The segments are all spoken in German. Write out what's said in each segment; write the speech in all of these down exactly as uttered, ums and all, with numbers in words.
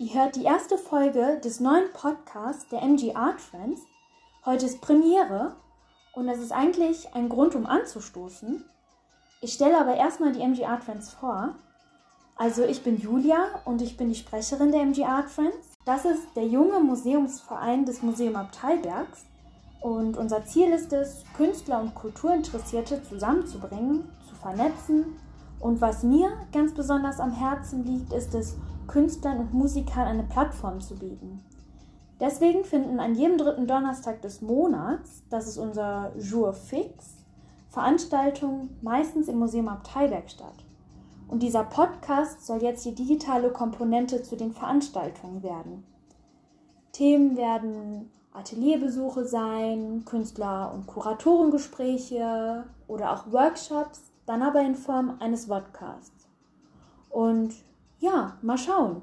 Ihr hört die erste Folge des neuen Podcasts der M G Art Friends. Heute ist Premiere und das ist eigentlich ein Grund, um anzustoßen. Ich stelle aber erstmal die M G Art Friends vor. Also ich bin Julia und ich bin die Sprecherin der M G Art Friends. Das ist der junge Museumsverein des Museum Abteibergs. Und unser Ziel ist es, Künstler und Kulturinteressierte zusammenzubringen, zu vernetzen. Und was mir ganz besonders am Herzen liegt, ist es, Künstlern und Musikern eine Plattform zu bieten. Deswegen finden an jedem dritten Donnerstag des Monats, das ist unser Jour fix, Veranstaltungen meistens im Museum Abteiberg statt. Und dieser Podcast soll jetzt die digitale Komponente zu den Veranstaltungen werden. Themen werden Atelierbesuche sein, Künstler- und Kuratorengespräche oder auch Workshops, dann aber in Form eines Podcasts. Und ja, mal schauen.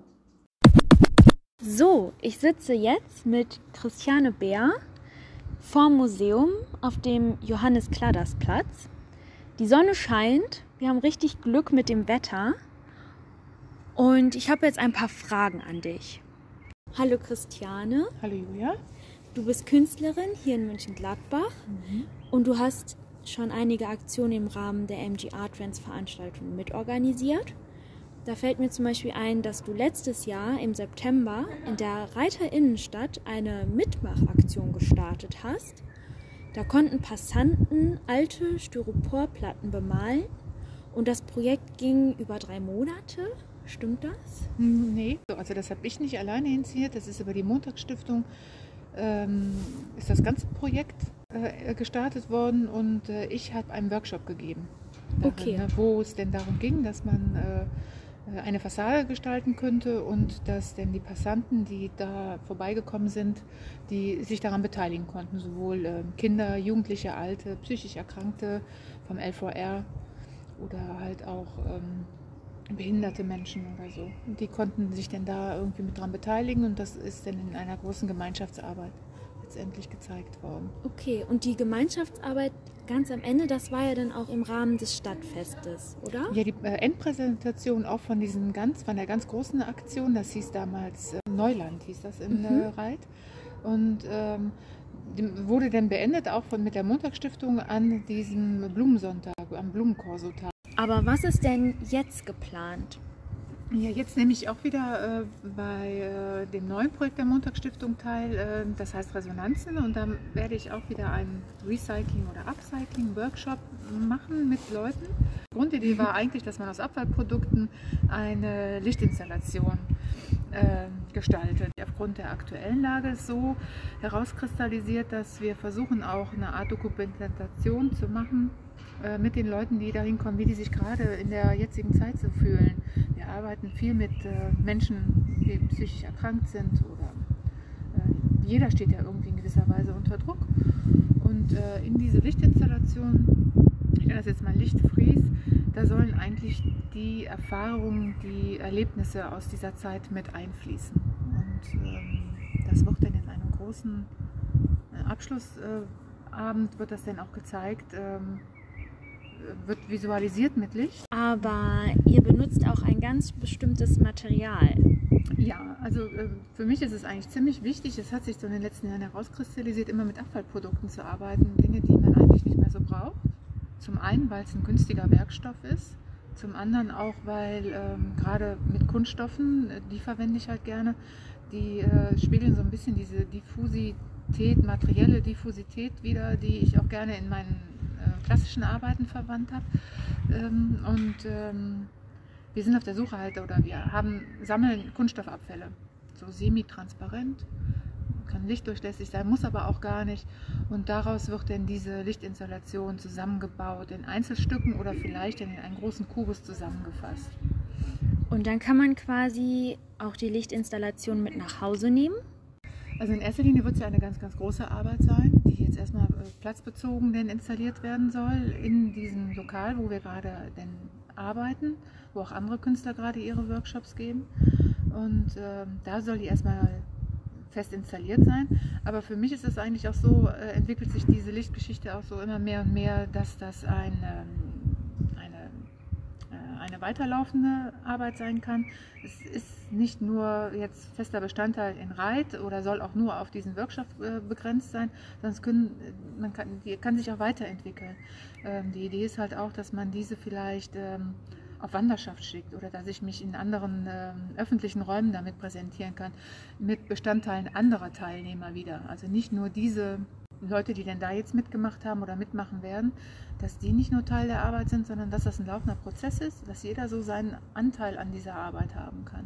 So, ich sitze jetzt mit Christiane Beer vorm Museum auf dem Johannes-Kladders-Platz. Die Sonne scheint, wir haben richtig Glück mit dem Wetter und ich habe jetzt ein paar Fragen an dich. Hallo Christiane. Hallo Julia. Du bist Künstlerin hier in Mönchengladbach mhm. und du hast schon einige Aktionen im Rahmen der M G Art Friends Veranstaltungen mitorganisiert. Da fällt mir zum Beispiel ein, dass du letztes Jahr im September in der Reiterinnenstadt eine Mitmachaktion gestartet hast. Da konnten Passanten alte Styroporplatten bemalen und das Projekt ging über drei Monate. Stimmt das? Nee, also das habe ich nicht alleine initiiert. Das ist über die Montagsstiftung, ähm, ist das ganze Projekt äh, gestartet worden und äh, ich habe einen Workshop gegeben. Darin, Okay. Ne, wo es denn darum ging, dass man äh, eine Fassade gestalten könnte und dass denn die Passanten, die da vorbeigekommen sind, die sich daran beteiligen konnten, sowohl äh, Kinder, Jugendliche, Alte, psychisch Erkrankte vom L V R oder halt auch ähm, behinderte Menschen oder so. Und die konnten sich dann da irgendwie mit dran beteiligen und das ist dann in einer großen Gemeinschaftsarbeit letztendlich gezeigt worden. Okay, und die Gemeinschaftsarbeit ganz am Ende, das war ja dann auch im Rahmen des Stadtfestes, oder? Ja, die äh, Endpräsentation auch von diesen ganz, von der ganz großen Aktion, das hieß damals äh, Neuland, hieß das in Mhm. äh, Reit. Und ähm, die wurde dann beendet auch von, mit der Montagsstiftung an diesem Blumensonntag, am Blumenkorsotag. Aber was ist denn jetzt geplant? Ja, jetzt nehme ich auch wieder äh, bei äh, dem neuen Projekt der Montagsstiftung teil, äh, das heißt Resonanzen, und dann werde ich auch wieder einen Recycling- oder Upcycling-Workshop machen mit Leuten. Die Grundidee war eigentlich, dass man aus Abfallprodukten eine Lichtinstallation äh, gestaltet. Aufgrund der aktuellen Lage ist so herauskristallisiert, dass wir versuchen auch eine Art Dokumentation zu machen mit den Leuten, die da hinkommen, wie die sich gerade in der jetzigen Zeit so fühlen. Wir arbeiten viel mit äh, Menschen, die psychisch erkrankt sind oder äh, jeder steht ja irgendwie in gewisser Weise unter Druck. Und äh, in diese Lichtinstallation, ich nenne das jetzt mal Lichtfries, da sollen eigentlich die Erfahrungen, die Erlebnisse aus dieser Zeit mit einfließen. Und ähm, das wird dann in einem großen äh, Abschlussabend, äh, wird das dann auch gezeigt, ähm, wird visualisiert mit Licht. Aber ihr benutzt auch ein ganz bestimmtes Material. Ja, also äh, für mich ist es eigentlich ziemlich wichtig, es hat sich so in den letzten Jahren herauskristallisiert, immer mit Abfallprodukten zu arbeiten, Dinge, die man eigentlich nicht mehr so braucht. Zum einen, weil es ein günstiger Werkstoff ist, zum anderen auch, weil ähm, gerade mit Kunststoffen, die verwende ich halt gerne, die äh, spiegeln so ein bisschen diese Diffusität, materielle Diffusität wieder, die ich auch gerne in meinen klassischen Arbeiten verwandt habe. Ähm, und ähm, wir sind auf der Suche halt, oder wir haben, sammeln Kunststoffabfälle, so semi-transparent, kann lichtdurchlässig sein, muss aber auch gar nicht. Und daraus wird dann diese Lichtinstallation zusammengebaut in Einzelstücken oder vielleicht in einen großen Kubus zusammengefasst. Und dann kann man quasi auch die Lichtinstallation mit nach Hause nehmen? Also in erster Linie wird es ja eine ganz, ganz große Arbeit sein, die jetzt erstmal platzbezogen denn installiert werden soll in diesem Lokal, wo wir gerade denn arbeiten, wo auch andere Künstler gerade ihre Workshops geben. Und äh, da soll die erstmal fest installiert sein. Aber für mich ist es eigentlich auch so, äh, entwickelt sich diese Lichtgeschichte auch so immer mehr und mehr, dass das ein, ähm, eine, äh, eine weiterlaufende Arbeit sein kann. Es ist nicht nur jetzt fester Bestandteil in Reit oder soll auch nur auf diesen Workshop äh, begrenzt sein, sondern es können, man kann, die kann sich auch weiterentwickeln. Ähm, die Idee ist halt auch, dass man diese vielleicht ähm, auf Wanderschaft schickt oder dass ich mich in anderen ähm, öffentlichen Räumen damit präsentieren kann, mit Bestandteilen anderer Teilnehmer wieder. Also nicht nur diese Leute, die denn da jetzt mitgemacht haben oder mitmachen werden, dass die nicht nur Teil der Arbeit sind, sondern dass das ein laufender Prozess ist, dass jeder so seinen Anteil an dieser Arbeit haben kann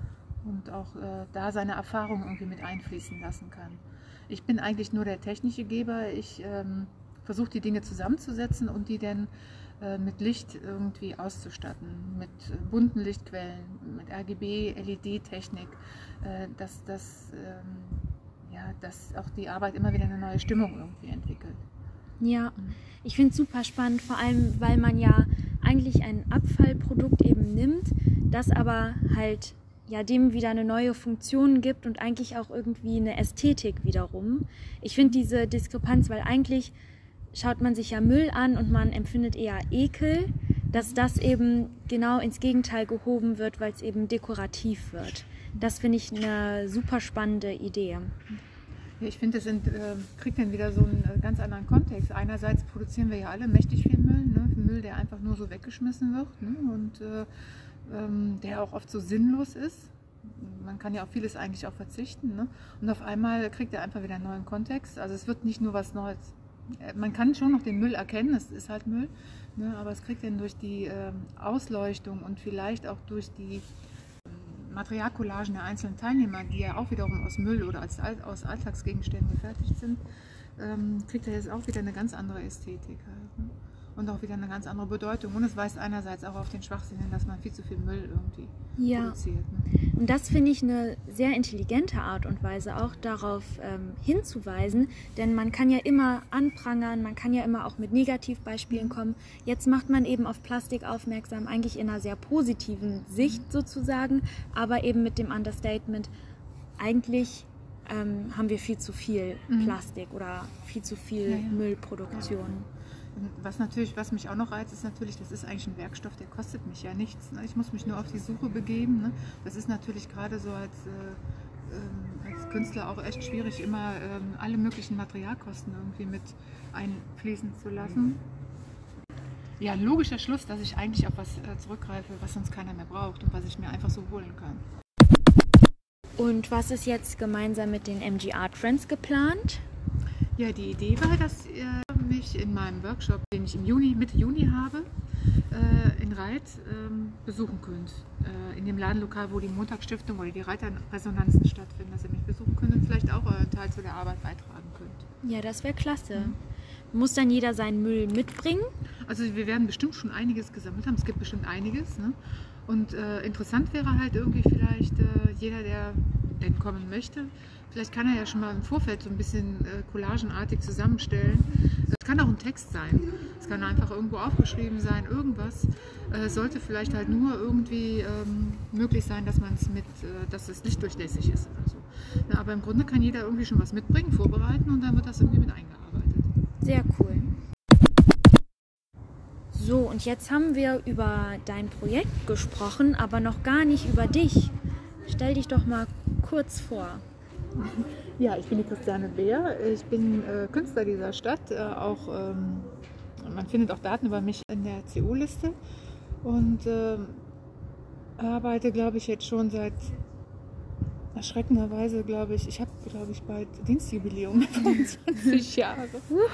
und auch äh, da seine Erfahrungen irgendwie mit einfließen lassen kann. Ich bin eigentlich nur der technische Geber. Ich ähm, versuche die Dinge zusammenzusetzen und die dann äh, mit Licht irgendwie auszustatten, mit äh, bunten Lichtquellen, mit R G B, L E D-Technik, äh, dass das ähm, ja, dass auch die Arbeit immer wieder eine neue Stimmung irgendwie entwickelt. Ja, ich finde es super spannend, vor allem, weil man ja eigentlich ein Abfallprodukt eben nimmt, das aber halt ja dem wieder eine neue Funktion gibt und eigentlich auch irgendwie eine Ästhetik wiederum. Ich finde diese Diskrepanz, weil eigentlich schaut man sich ja Müll an und man empfindet eher Ekel, dass das eben genau ins Gegenteil gehoben wird, weil es eben dekorativ wird. Das finde ich eine super spannende Idee. Ja, ich finde, das sind, äh, kriegt dann wieder so einen äh, ganz anderen Kontext. Einerseits produzieren wir ja alle mächtig viel Müll, ne? Müll, der einfach nur so weggeschmissen wird, ne? Und äh, ähm, der auch oft so sinnlos ist. Man kann ja auf vieles eigentlich auch verzichten, ne? Und auf einmal kriegt er einfach wieder einen neuen Kontext. Also es wird nicht nur was Neues. Man kann schon noch den Müll erkennen, es ist halt Müll, ne? Aber es kriegt dann durch die äh, Ausleuchtung und vielleicht auch durch die Materialcollagen der einzelnen Teilnehmer, die ja auch wiederum aus Müll oder als, aus Alltagsgegenständen gefertigt sind, ähm, kriegt er jetzt auch wieder eine ganz andere Ästhetik halt, ne? Und auch wieder eine ganz andere Bedeutung. Und es weist einerseits auch auf den Schwachsinn hin, dass man viel zu viel Müll irgendwie ja. produziert. Ne? Und das finde ich eine sehr intelligente Art und Weise, auch darauf ähm, hinzuweisen, denn man kann ja immer anprangern, man kann ja immer auch mit Negativbeispielen kommen. Jetzt macht man eben auf Plastik aufmerksam, eigentlich in einer sehr positiven Sicht sozusagen, aber eben mit dem Understatement, eigentlich ähm, haben wir viel zu viel Plastik mhm. oder viel zu viel ja, ja. Müllproduktion. Ja. Was natürlich, was mich auch noch reizt, ist natürlich, das ist eigentlich ein Werkstoff, der kostet mich ja nichts. Ne? Ich muss mich nur auf die Suche begeben. Ne? Das ist natürlich gerade so als, äh, als Künstler auch echt schwierig, immer äh, alle möglichen Materialkosten irgendwie mit einfließen zu lassen. Ja, logischer Schluss, dass ich eigentlich auf was äh, zurückgreife, was sonst keiner mehr braucht und was ich mir einfach so holen kann. Und was ist jetzt gemeinsam mit den M G Art Friends geplant? Ja, die Idee war, dass ihr mich in meinem Workshop, den ich im Juni, Mitte Juni habe, äh, in Reit ähm, besuchen könnt. Äh, in dem Ladenlokal, wo die Montagsstiftung oder die Reiterresonanzen stattfinden, dass ihr mich besuchen könnt und vielleicht auch euren Teil zu der Arbeit beitragen könnt. Ja, das wäre klasse. Mhm. Muss dann jeder seinen Müll mitbringen? Also wir werden bestimmt schon einiges gesammelt haben. Es gibt bestimmt einiges. Ne? Und äh, interessant wäre halt irgendwie vielleicht äh, jeder, der denn kommen möchte, vielleicht kann er ja schon mal im Vorfeld so ein bisschen äh, collagenartig zusammenstellen. Es kann auch ein Text sein. Es kann einfach irgendwo aufgeschrieben sein, irgendwas. Äh, sollte vielleicht halt nur irgendwie ähm, möglich sein, dass man es mit, äh, dass es lichtdurchlässig ist oder so. Na, aber im Grunde kann jeder irgendwie schon was mitbringen, vorbereiten und dann wird das irgendwie mit eingearbeitet. Sehr cool. So, und jetzt haben wir über dein Projekt gesprochen, aber noch gar nicht über dich. Stell dich doch mal kurz vor. Ja, ich bin die Christiane Beer. Ich bin äh, Künstler dieser Stadt. Äh, auch, ähm, man findet auch Daten über mich in der C O-Liste und äh, arbeite, glaube ich, jetzt schon seit erschreckenderweise, glaube ich, ich habe, glaube ich, bald Dienstjubiläum, fünfundzwanzig Jahre.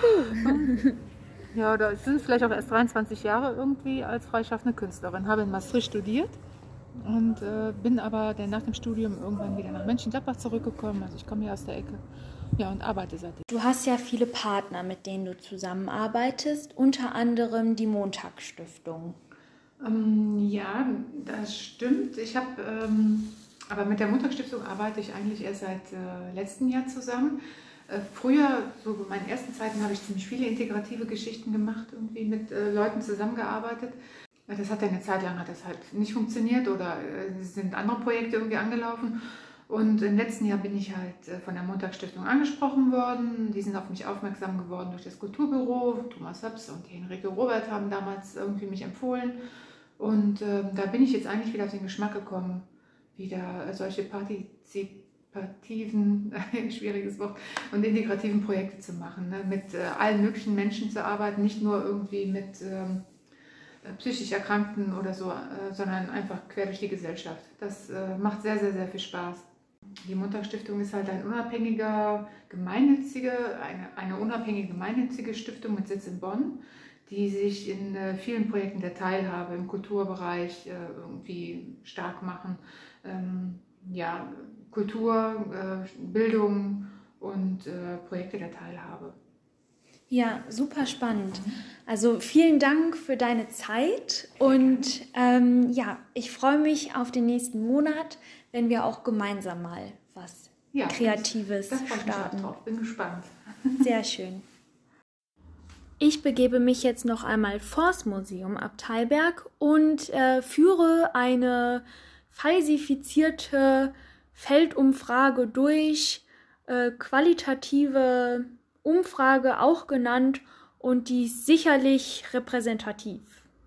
Ja, oder es sind vielleicht auch erst dreiundzwanzig Jahre irgendwie als freischaffende Künstlerin. Habe in Maastricht studiert. Und äh, bin aber dann nach dem Studium irgendwann wieder nach Mönchengladbach zurückgekommen. Also ich komme hier aus der Ecke, ja, und arbeite seitdem. Du hast ja viele Partner, mit denen du zusammenarbeitest, unter anderem die Montagsstiftung. Ähm, ja, das stimmt. Ich habe, ähm, aber mit der Montagsstiftung arbeite ich eigentlich erst seit äh, letztem Jahr zusammen. Äh, früher, so in meinen ersten Zeiten, habe ich ziemlich viele integrative Geschichten gemacht, irgendwie mit äh, Leuten zusammengearbeitet. Das hat ja eine Zeit lang hat das halt nicht funktioniert oder äh, sind andere Projekte irgendwie angelaufen. Und im letzten Jahr bin ich halt äh, von der Montagsstiftung angesprochen worden. Die sind auf mich aufmerksam geworden durch das Kulturbüro. Thomas Höps und die Henrike Robert haben damals irgendwie mich empfohlen. Und äh, da bin ich jetzt eigentlich wieder auf den Geschmack gekommen, wieder solche partizipativen, schwieriges Wort, und integrativen Projekte zu machen, ne? Mit äh, allen möglichen Menschen zu arbeiten, nicht nur irgendwie mit ähm, psychisch Erkrankten oder so, äh, sondern einfach quer durch die Gesellschaft. Das äh, macht sehr, sehr, sehr viel Spaß. Die Montag-Stiftung ist halt ein unabhängiger, gemeinnützige, eine, eine unabhängige gemeinnützige Stiftung mit Sitz in Bonn, die sich in äh, vielen Projekten der Teilhabe im Kulturbereich äh, irgendwie stark machen. Ähm, ja, Kultur, äh, Bildung und äh, Projekte der Teilhabe. Ja, super spannend. Also vielen Dank für deine Zeit und ähm, ja, ich freue mich auf den nächsten Monat, wenn wir auch gemeinsam mal was ja, Kreatives das, das starten. Ich drauf. Bin gespannt. Sehr schön. Ich begebe mich jetzt noch einmal vors Museum Abteilberg und äh, führe eine falsifizierte Feldumfrage durch, äh, qualitative Umfrage auch genannt, und die ist sicherlich repräsentativ.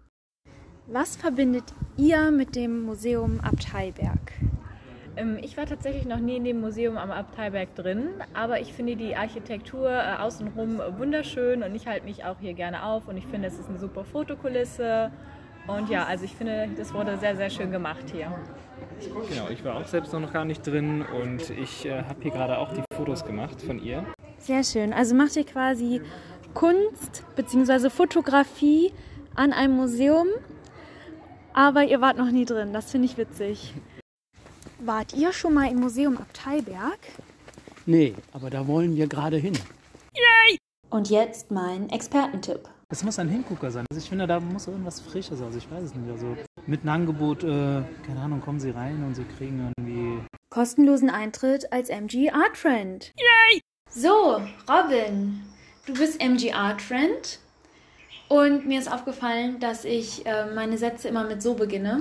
Was verbindet ihr mit dem Museum Abteilberg? Ähm, ich war tatsächlich noch nie in dem Museum am Abteilberg drin, aber ich finde die Architektur äh, außenrum wunderschön und ich halte mich auch hier gerne auf und ich finde, es ist eine super Fotokulisse und ja, also ich finde, das wurde sehr, sehr schön gemacht hier. Genau, ich war auch selbst noch gar nicht drin und ich äh, habe hier gerade auch die Fotos gemacht von ihr. Sehr schön. Also macht ihr quasi Kunst bzw. Fotografie an einem Museum, aber ihr wart noch nie drin. Das finde ich witzig. Wart ihr schon mal im Museum Abteilberg? Nee, aber da wollen wir gerade hin. Yay! Und jetzt mein Expertentipp. Es muss ein Hingucker sein. Also ich finde, da muss irgendwas Frisches sein. Also ich weiß es nicht. Also mit einem Angebot, äh, keine Ahnung, kommen Sie rein und Sie kriegen irgendwie... kostenlosen Eintritt als M G Art Friend. Yay! So, Robin, du bist M G Art Friend und mir ist aufgefallen, dass ich äh, meine Sätze immer mit so beginne.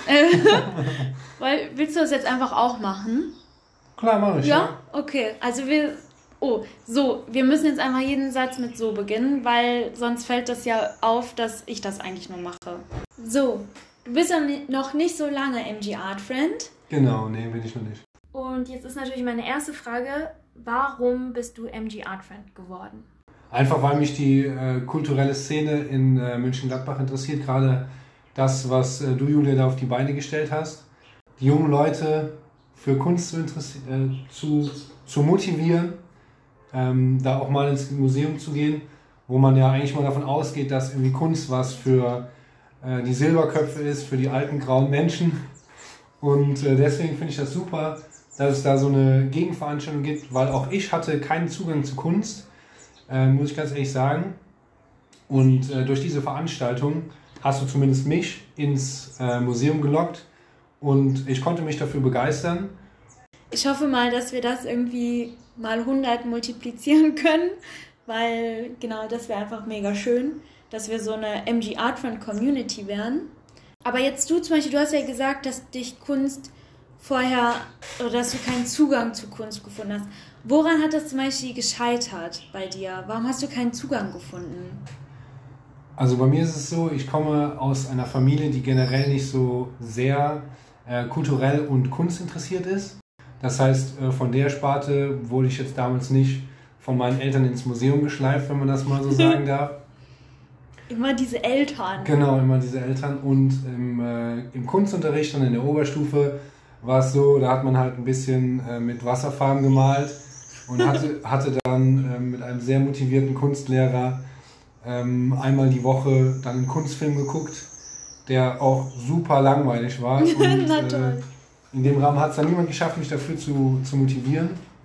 Weil, willst du das jetzt einfach auch machen? Klar, mache ich. Ja? Ja? Okay, also wir... Oh, so, wir müssen jetzt einfach jeden Satz mit so beginnen, weil sonst fällt das ja auf, dass ich das eigentlich nur mache. So, du bist ja noch nicht so lange M G Art Friend. Genau, nee, bin ich noch nicht. Und jetzt ist natürlich meine erste Frage, warum bist du M G Art Friend geworden? Einfach, weil mich die äh, kulturelle Szene in äh, Mönchengladbach interessiert. Gerade das, was äh, du, Julia, da auf die Beine gestellt hast. Die jungen Leute für Kunst zu, äh, zu, zu motivieren, ähm, da auch mal ins Museum zu gehen, wo man ja eigentlich mal davon ausgeht, dass irgendwie Kunst was für äh, die Silberköpfe ist, für die alten grauen Menschen. Und äh, deswegen finde ich das super, dass es da so eine Gegenveranstaltung gibt, weil auch ich hatte keinen Zugang zu Kunst, äh, muss ich ganz ehrlich sagen. Und äh, durch diese Veranstaltung hast du zumindest mich ins äh, Museum gelockt und ich konnte mich dafür begeistern. Ich hoffe mal, dass wir das irgendwie mal hundert multiplizieren können, weil genau, das wäre einfach mega schön, dass wir so eine M G Art Friend Community wären. Aber jetzt du zum Beispiel, du hast ja gesagt, dass dich Kunst vorher, oder dass du keinen Zugang zu Kunst gefunden hast. Woran hat das zum Beispiel gescheitert bei dir? Warum hast du keinen Zugang gefunden? Also bei mir ist es so, ich komme aus einer Familie, die generell nicht so sehr äh, kulturell und kunstinteressiert ist. Das heißt, äh, von der Sparte wurde ich jetzt damals nicht von meinen Eltern ins Museum geschleift, wenn man das mal so sagen darf. Immer diese Eltern. Genau, immer diese Eltern. Und im, äh, im Kunstunterricht und in der Oberstufe war es so, da hat man halt ein bisschen äh, mit Wasserfarben gemalt und hatte, hatte dann äh, mit einem sehr motivierten Kunstlehrer ähm, einmal die Woche dann einen Kunstfilm geguckt, der auch super langweilig war. Und, Na toll. Äh, in dem Rahmen hat es dann niemand geschafft, mich dafür zu, zu motivieren.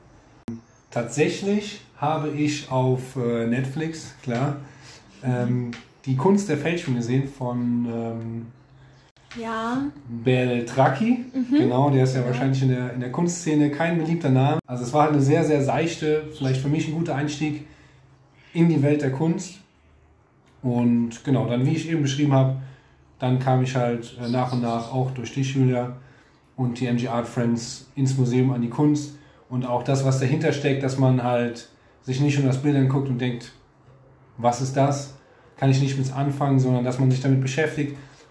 Tatsächlich habe ich auf äh, Netflix, klar, ähm, die Kunst der Fälschung gesehen von ähm, ja. Beltracchi. Mhm. Genau, der ist ja, ja wahrscheinlich in der, in der Kunstszene kein beliebter Name. Also es war halt eine sehr, sehr seichte, vielleicht für mich ein guter Einstieg in die Welt der Kunst. Und genau, dann wie ich eben beschrieben habe, dann kam ich halt äh, nach und nach auch durch dich, Julia, und die M G Art Friends ins Museum an die Kunst. Und auch das, was dahinter steckt, dass man halt sich nicht nur das Bild anguckt und denkt, was ist das? Kann ich nicht mit anfangen, sondern dass man sich damit beschäftigt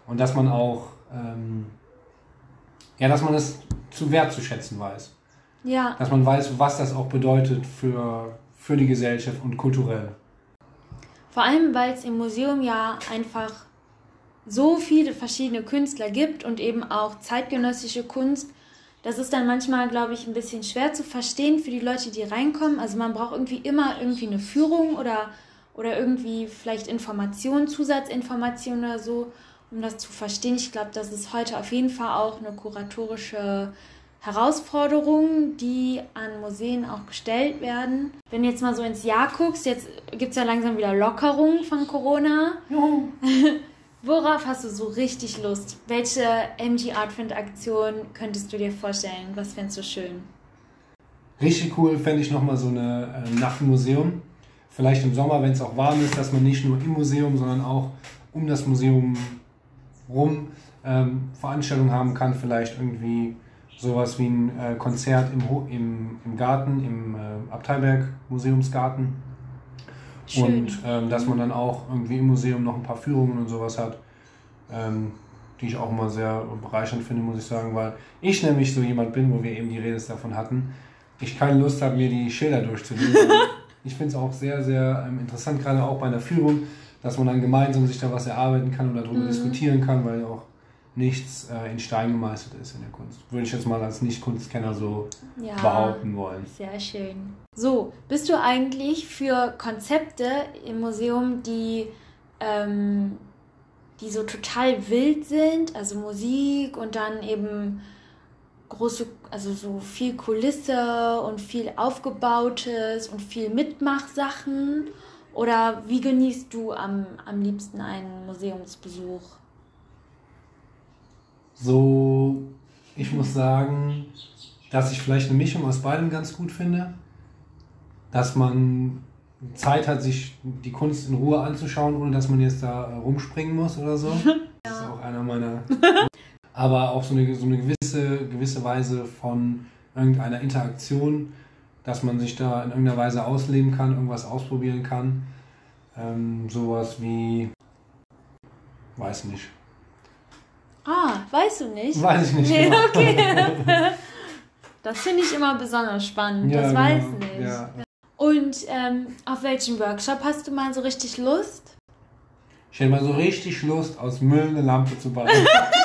Und dass man auch, ähm, ja, dass man es zu wertzuschätzen weiß. Ja. Dass man weiß, was das auch bedeutet für, für die Gesellschaft und kulturell. Vor allem, weil es im Museum ja einfach so viele verschiedene Künstler gibt und eben auch zeitgenössische Kunst. Das ist dann manchmal, glaube ich, ein bisschen schwer zu verstehen für die Leute, die reinkommen. Also man braucht irgendwie immer irgendwie eine Führung oder, oder irgendwie vielleicht Informationen, Zusatzinformationen oder so, um das zu verstehen. Ich glaube, das ist heute auf jeden Fall auch eine kuratorische Herausforderung, die an Museen auch gestellt werden. Wenn du jetzt mal so ins Jahr guckst, jetzt gibt es ja langsam wieder Lockerungen von Corona. Juhu. Worauf hast du so richtig Lust? Welche M G Artfriend Aktion könntest du dir vorstellen? Was fändest du schön? Richtig cool fände ich nochmal so eine äh, Nacht im Museum. Vielleicht im Sommer, wenn es auch warm ist, dass man nicht nur im Museum, sondern auch um das Museum rum ähm, Veranstaltungen haben kann. Vielleicht irgendwie sowas wie ein äh, Konzert im, Ho- im, im Garten, im äh, Abteilberg Museumsgarten. Schön. Und ähm, dass man dann auch irgendwie im Museum noch ein paar Führungen und sowas hat, ähm, die ich auch immer sehr bereichernd finde, muss ich sagen, weil ich nämlich so jemand bin, wo wir eben die Rede davon hatten, ich keine Lust habe, mir die Schilder durchzulesen. Ich finde es auch sehr, sehr ähm, interessant, gerade auch bei einer Führung, dass man dann gemeinsam sich da was erarbeiten kann oder darüber mhm. diskutieren kann, weil auch nichts äh, in Stein gemeißelt ist in der Kunst. Würde ich jetzt mal als Nicht-Kunstkenner so ja, behaupten wollen. Sehr schön. So, bist du eigentlich für Konzepte im Museum, die, ähm, die so total wild sind, also Musik und dann eben große, also so viel Kulisse und viel Aufgebautes und viel Mitmachsachen? Oder wie genießt du am, am liebsten einen Museumsbesuch? So, ich muss sagen, dass ich vielleicht eine Mischung aus beidem ganz gut finde. Dass man Zeit hat, sich die Kunst in Ruhe anzuschauen, ohne dass man jetzt da rumspringen muss oder so. Das ist auch einer meiner... Aber auch so eine, so eine gewisse, gewisse Weise von irgendeiner Interaktion, dass man sich da in irgendeiner Weise ausleben kann, irgendwas ausprobieren kann. Ähm, sowas wie... Weiß nicht. Ah, weißt du nicht? Weiß ich nicht. Nee, genau. okay. Das finde ich immer besonders spannend. Ja, das genau. weiß ich nicht. Ja. Und ähm, auf welchen Workshop hast du mal so richtig Lust? Ich hätte mal so richtig Lust, aus Müll eine Lampe zu bauen.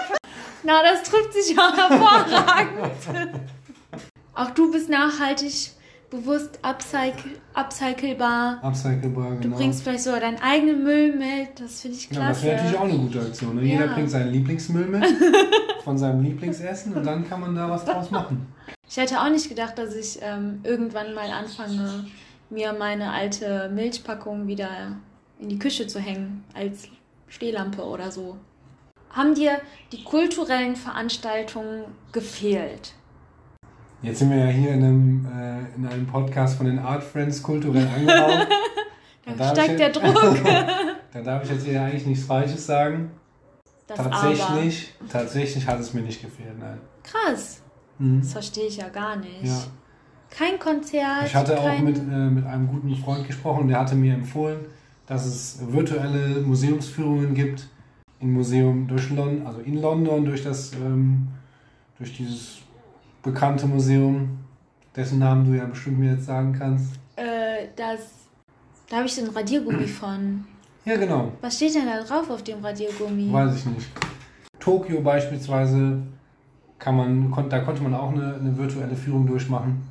Na, das trifft sich ja hervorragend. Auch du bist nachhaltig, bewusst upcycle, upcyclebar. Upcyclebar, genau. Du bringst vielleicht sogar deinen eigenen Müll mit. Das finde ich klasse. Ja, das wäre natürlich auch eine gute Aktion. Ne? Jeder Ja. bringt seinen Lieblingsmüll mit von seinem Lieblingsessen und dann kann man da was draus machen. Ich hätte auch nicht gedacht, dass ich ähm, irgendwann mal anfange, mir meine alte Milchpackung wieder in die Küche zu hängen, als Stehlampe oder so. Haben dir die kulturellen Veranstaltungen gefehlt? Jetzt sind wir ja hier in einem, äh, in einem Podcast von den Art Friends kulturell angehaucht. Da Da steigt der darf ich- Druck. Da darf ich jetzt hier eigentlich nichts Falsches sagen. Das Tatsächlich, tatsächlich hat es mir nicht gefehlt, nein. Aber. Krass. Mhm. Das verstehe ich ja gar nicht. Ja. Kein Konzert. Ich hatte auch kein... mit, äh, mit einem guten Freund gesprochen, der hatte mir empfohlen, dass es virtuelle Museumsführungen gibt im Museum durch London, also in London durch das ähm, durch dieses bekannte Museum, dessen Namen du ja bestimmt mir jetzt sagen kannst. Äh, das, da habe ich so ein Radiergummi von. Ja, genau. Was steht denn da drauf auf dem Radiergummi? Weiß ich nicht. Tokio beispielsweise, kann man, kon, da konnte man auch eine, eine virtuelle Führung durchmachen.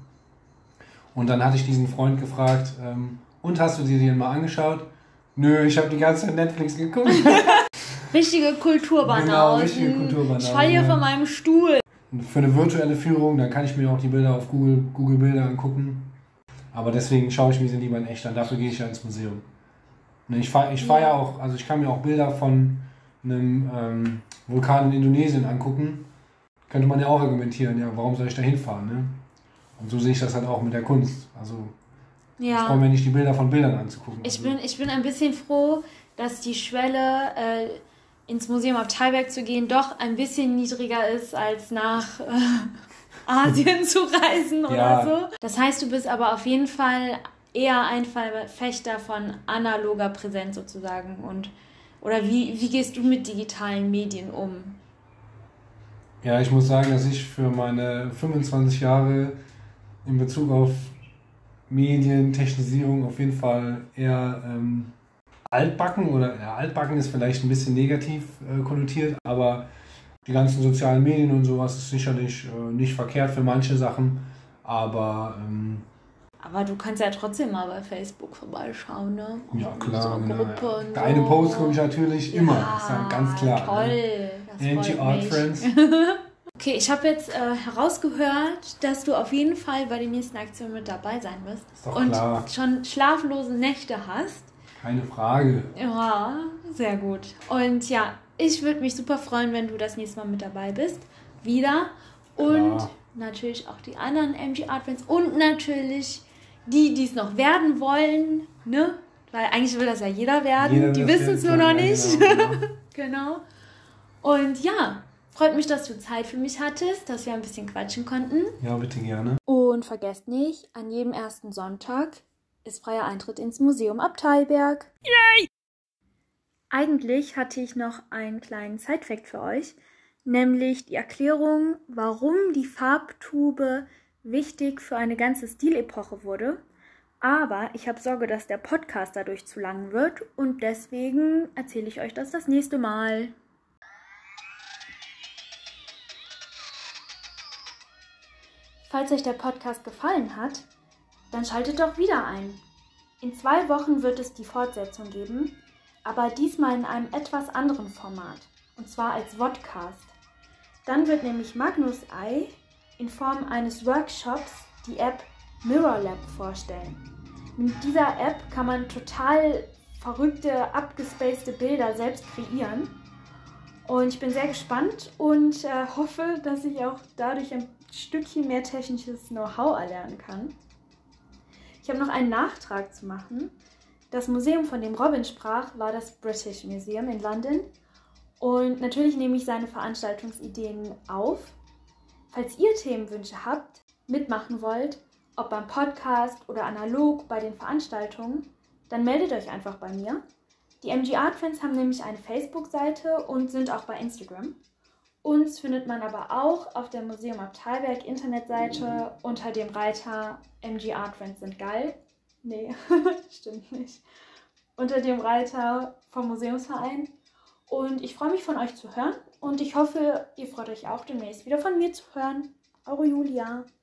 Und dann hatte ich diesen Freund gefragt, ähm, und hast du dir den mal angeschaut? Nö, ich habe die ganze Zeit Netflix geguckt. Richtige Kulturbanausen. Genau, richtige Kulturbanausen, Ich falle hier ja. von meinem Stuhl. Für eine virtuelle Führung, dann kann ich mir auch die Bilder auf Google, Google Bilder angucken. Aber deswegen schaue ich mir sie lieber in echt an. Dafür gehe ich ja ins Museum. Ne, Ich fahre ich fahr ja auch, also ich kann mir auch Bilder von einem ähm, Vulkan in Indonesien angucken. Könnte man ja auch argumentieren, ja, warum soll ich da hinfahren? Ne? Und so sehe ich das halt auch mit der Kunst. Also ich Ja. brauche mir nicht die Bilder von Bildern anzugucken. Ich also, bin, ich bin ein bisschen froh, dass die Schwelle, äh, ins Museum Abteilberg zu gehen, doch ein bisschen niedriger ist, als nach äh, Asien zu reisen oder Ja. so. Das heißt, du bist aber auf jeden Fall eher ein Verfechter von analoger Präsenz sozusagen und Oder wie, wie gehst du mit digitalen Medien um? Ja, ich muss sagen, dass ich für meine fünfundzwanzig Jahre in Bezug auf Medien, Technisierung auf jeden Fall eher ähm, altbacken oder ja, altbacken ist vielleicht ein bisschen negativ äh, konnotiert, aber die ganzen sozialen Medien und sowas ist sicherlich äh, nicht verkehrt für manche Sachen, aber ähm, Aber du kannst ja trotzdem mal bei Facebook vorbeischauen, ne? ja klar, so genau, Gruppe ja. und Der eine so. Post komme ich natürlich immer, Ja, ist ja ganz klar. Toll, Ne? das M G freut Art mich. Friends. Okay, ich habe jetzt äh, herausgehört, dass du auf jeden Fall bei den nächsten Aktionen mit dabei sein wirst. Ist doch und klar. schon schlaflose Nächte hast. Keine Frage. Ja, sehr gut. Und ja, ich würde mich super freuen, wenn du das nächste Mal mit dabei bist. Wieder. Und Klar. natürlich auch die anderen M G Art Friends und natürlich die, die es noch werden wollen, ne? Weil eigentlich will das ja jeder werden. Jeder die will wissen es nur werden, noch ja, nicht. Genau, genau. Genau. Und ja, freut mich, dass du Zeit für mich hattest, dass wir ein bisschen quatschen konnten. Ja, bitte gerne. Und vergesst nicht, an jedem ersten Sonntag ist freier Eintritt ins Museum Abteiberg. Yay! Eigentlich hatte ich noch einen kleinen Side-Fact für euch, nämlich die Erklärung, warum die Farbtube wichtig für eine ganze Stilepoche wurde. Aber ich habe Sorge, dass der Podcast dadurch zu lang wird und deswegen erzähle ich euch das das nächste Mal. Falls euch der Podcast gefallen hat, dann schaltet doch wieder ein. In zwei Wochen wird es die Fortsetzung geben, aber diesmal in einem etwas anderen Format, und zwar als Vodcast. Dann wird nämlich Magnus Ei in Form eines Workshops die App Mirror Lab vorstellen. Mit dieser App kann man total verrückte, abgespacede Bilder selbst kreieren. Und ich bin sehr gespannt und äh, hoffe, dass ich auch dadurch ein Stückchen mehr technisches Know-how erlernen kann. Ich habe noch einen Nachtrag zu machen. Das Museum, von dem Robin sprach, war das British Museum in London. Und natürlich nehme ich seine Veranstaltungsideen auf. Falls ihr Themenwünsche habt, mitmachen wollt, ob beim Podcast oder analog bei den Veranstaltungen, dann meldet euch einfach bei mir. Die M G Art Friends haben nämlich eine Facebook-Seite und sind auch bei Instagram. Uns findet man aber auch auf der Museum Abteiberg Internetseite unter dem Reiter M G Art Friends sind geil. Nee, stimmt nicht. Unter dem Reiter vom Museumsverein. Und ich freue mich von euch zu hören und ich hoffe, ihr freut euch auch demnächst wieder von mir zu hören. Eure Julia.